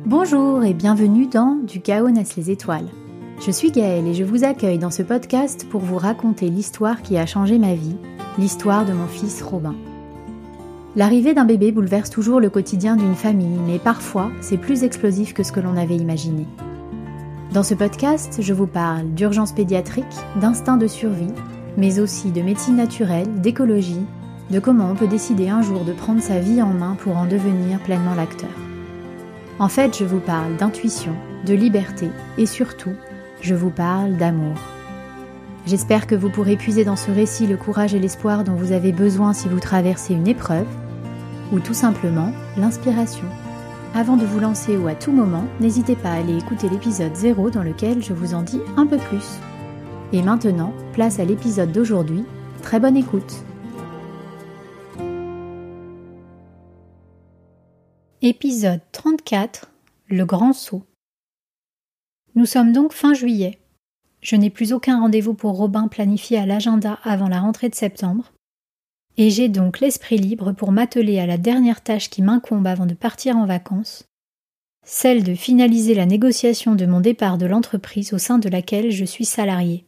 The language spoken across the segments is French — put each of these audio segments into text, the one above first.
Bonjour et bienvenue dans Du chaos naissent les étoiles. Je suis Gaëlle et je vous accueille dans ce podcast pour vous raconter l'histoire qui a changé ma vie, l'histoire de mon fils Robin. L'arrivée d'un bébé bouleverse toujours le quotidien d'une famille, mais parfois c'est plus explosif que ce que l'on avait imaginé. Dans ce podcast, je vous parle d'urgence pédiatrique, d'instinct de survie, mais aussi de médecine naturelle, d'écologie, de comment on peut décider un jour de prendre sa vie en main pour en devenir pleinement l'acteur. En fait, je vous parle d'intuition, de liberté et surtout, je vous parle d'amour. J'espère que vous pourrez puiser dans ce récit le courage et l'espoir dont vous avez besoin si vous traversez une épreuve, ou tout simplement l'inspiration. Avant de vous lancer ou à tout moment, n'hésitez pas à aller écouter l'épisode 0 dans lequel je vous en dis un peu plus. Et maintenant, place à l'épisode d'aujourd'hui. Très bonne écoute. Épisode 34, le grand saut. Nous sommes donc fin juillet. Je n'ai plus aucun rendez-vous pour Robin planifié à l'agenda avant la rentrée de septembre. Et j'ai donc l'esprit libre pour m'atteler à la dernière tâche qui m'incombe avant de partir en vacances, celle de finaliser la négociation de mon départ de l'entreprise au sein de laquelle je suis salariée.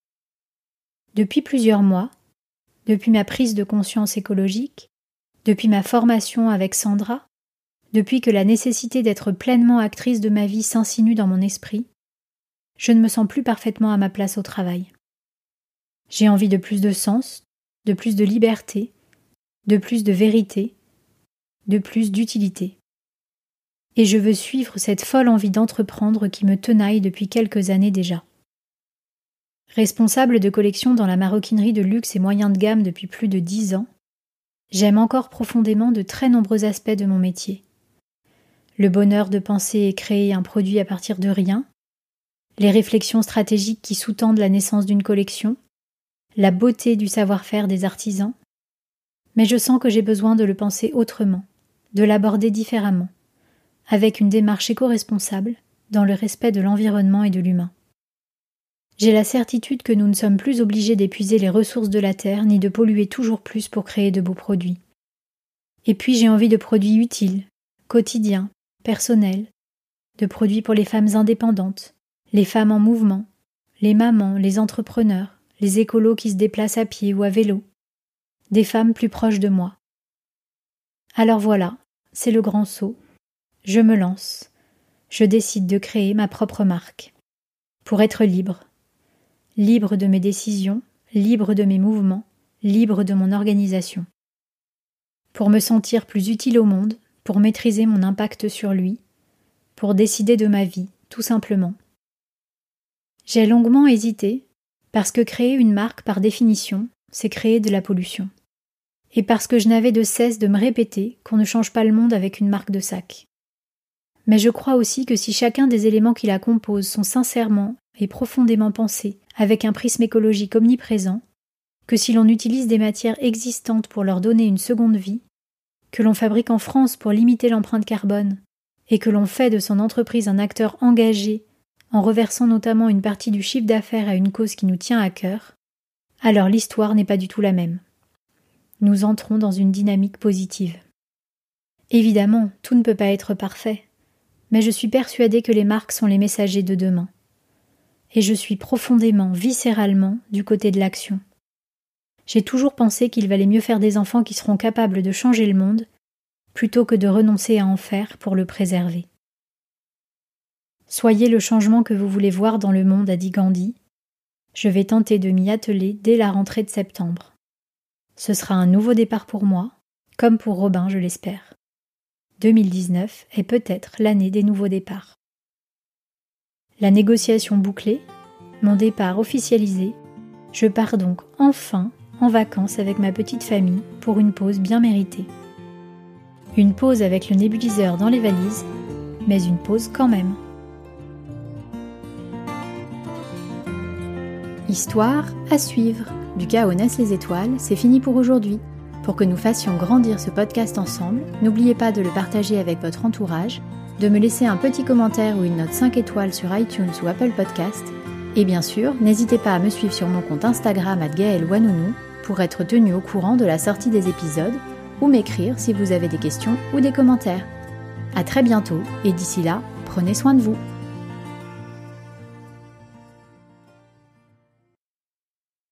Depuis plusieurs mois, depuis ma prise de conscience écologique, depuis ma formation avec Sandra, depuis que la nécessité d'être pleinement actrice de ma vie s'insinue dans mon esprit, je ne me sens plus parfaitement à ma place au travail. J'ai envie de plus de sens, de plus de liberté, de plus de vérité, de plus d'utilité. Et je veux suivre cette folle envie d'entreprendre qui me tenaille depuis quelques années déjà. Responsable de collection dans la maroquinerie de luxe et moyen de gamme depuis plus de 10 ans, j'aime encore profondément de très nombreux aspects de mon métier. Le bonheur de penser et créer un produit à partir de rien, les réflexions stratégiques qui sous-tendent la naissance d'une collection, la beauté du savoir-faire des artisans. Mais je sens que j'ai besoin de le penser autrement, de l'aborder différemment, avec une démarche éco-responsable, dans le respect de l'environnement et de l'humain. J'ai la certitude que nous ne sommes plus obligés d'épuiser les ressources de la terre ni de polluer toujours plus pour créer de beaux produits. Et puis j'ai envie de produits utiles, quotidiens, personnels, de produits pour les femmes indépendantes, les femmes en mouvement, les mamans, les entrepreneurs, les écolos qui se déplacent à pied ou à vélo, des femmes plus proches de moi. Alors voilà, c'est le grand saut. Je me lance. Je décide de créer ma propre marque. Pour être libre. Libre de mes décisions, libre de mes mouvements, libre de mon organisation. Pour me sentir plus utile au monde, pour maîtriser mon impact sur lui, pour décider de ma vie, tout simplement. J'ai longuement hésité, parce que créer une marque, par définition, c'est créer de la pollution. Et parce que je n'avais de cesse de me répéter qu'on ne change pas le monde avec une marque de sac. Mais je crois aussi que si chacun des éléments qui la composent sont sincèrement et profondément pensés, avec un prisme écologique omniprésent, que si l'on utilise des matières existantes pour leur donner une seconde vie, que l'on fabrique en France pour limiter l'empreinte carbone, et que l'on fait de son entreprise un acteur engagé, en reversant notamment une partie du chiffre d'affaires à une cause qui nous tient à cœur, alors l'histoire n'est pas du tout la même. Nous entrons dans une dynamique positive. Évidemment, tout ne peut pas être parfait, mais je suis persuadée que les marques sont les messagers de demain. Et je suis profondément, viscéralement, du côté de l'action. J'ai toujours pensé qu'il valait mieux faire des enfants qui seront capables de changer le monde, plutôt que de renoncer à en faire pour le préserver. Soyez le changement que vous voulez voir dans le monde, a dit Gandhi. Je vais tenter de m'y atteler dès la rentrée de septembre. Ce sera un nouveau départ pour moi, comme pour Robin, je l'espère. 2019 est peut-être l'année des nouveaux départs. La négociation bouclée, mon départ officialisé, je pars donc enfin en vacances avec ma petite famille pour une pause bien méritée. Une pause avec le nébuliseur dans les valises, mais une pause quand même. Histoire à suivre. Du chaos naissent les étoiles, c'est fini pour aujourd'hui. Pour que nous fassions grandir ce podcast ensemble, n'oubliez pas de le partager avec votre entourage, de me laisser un petit commentaire ou une note 5 étoiles sur iTunes ou Apple Podcast. Et bien sûr, n'hésitez pas à me suivre sur mon compte Instagram @gaëllewanonou pour être tenu au courant de la sortie des épisodes ou m'écrire si vous avez des questions ou des commentaires. À très bientôt et d'ici là, prenez soin de vous.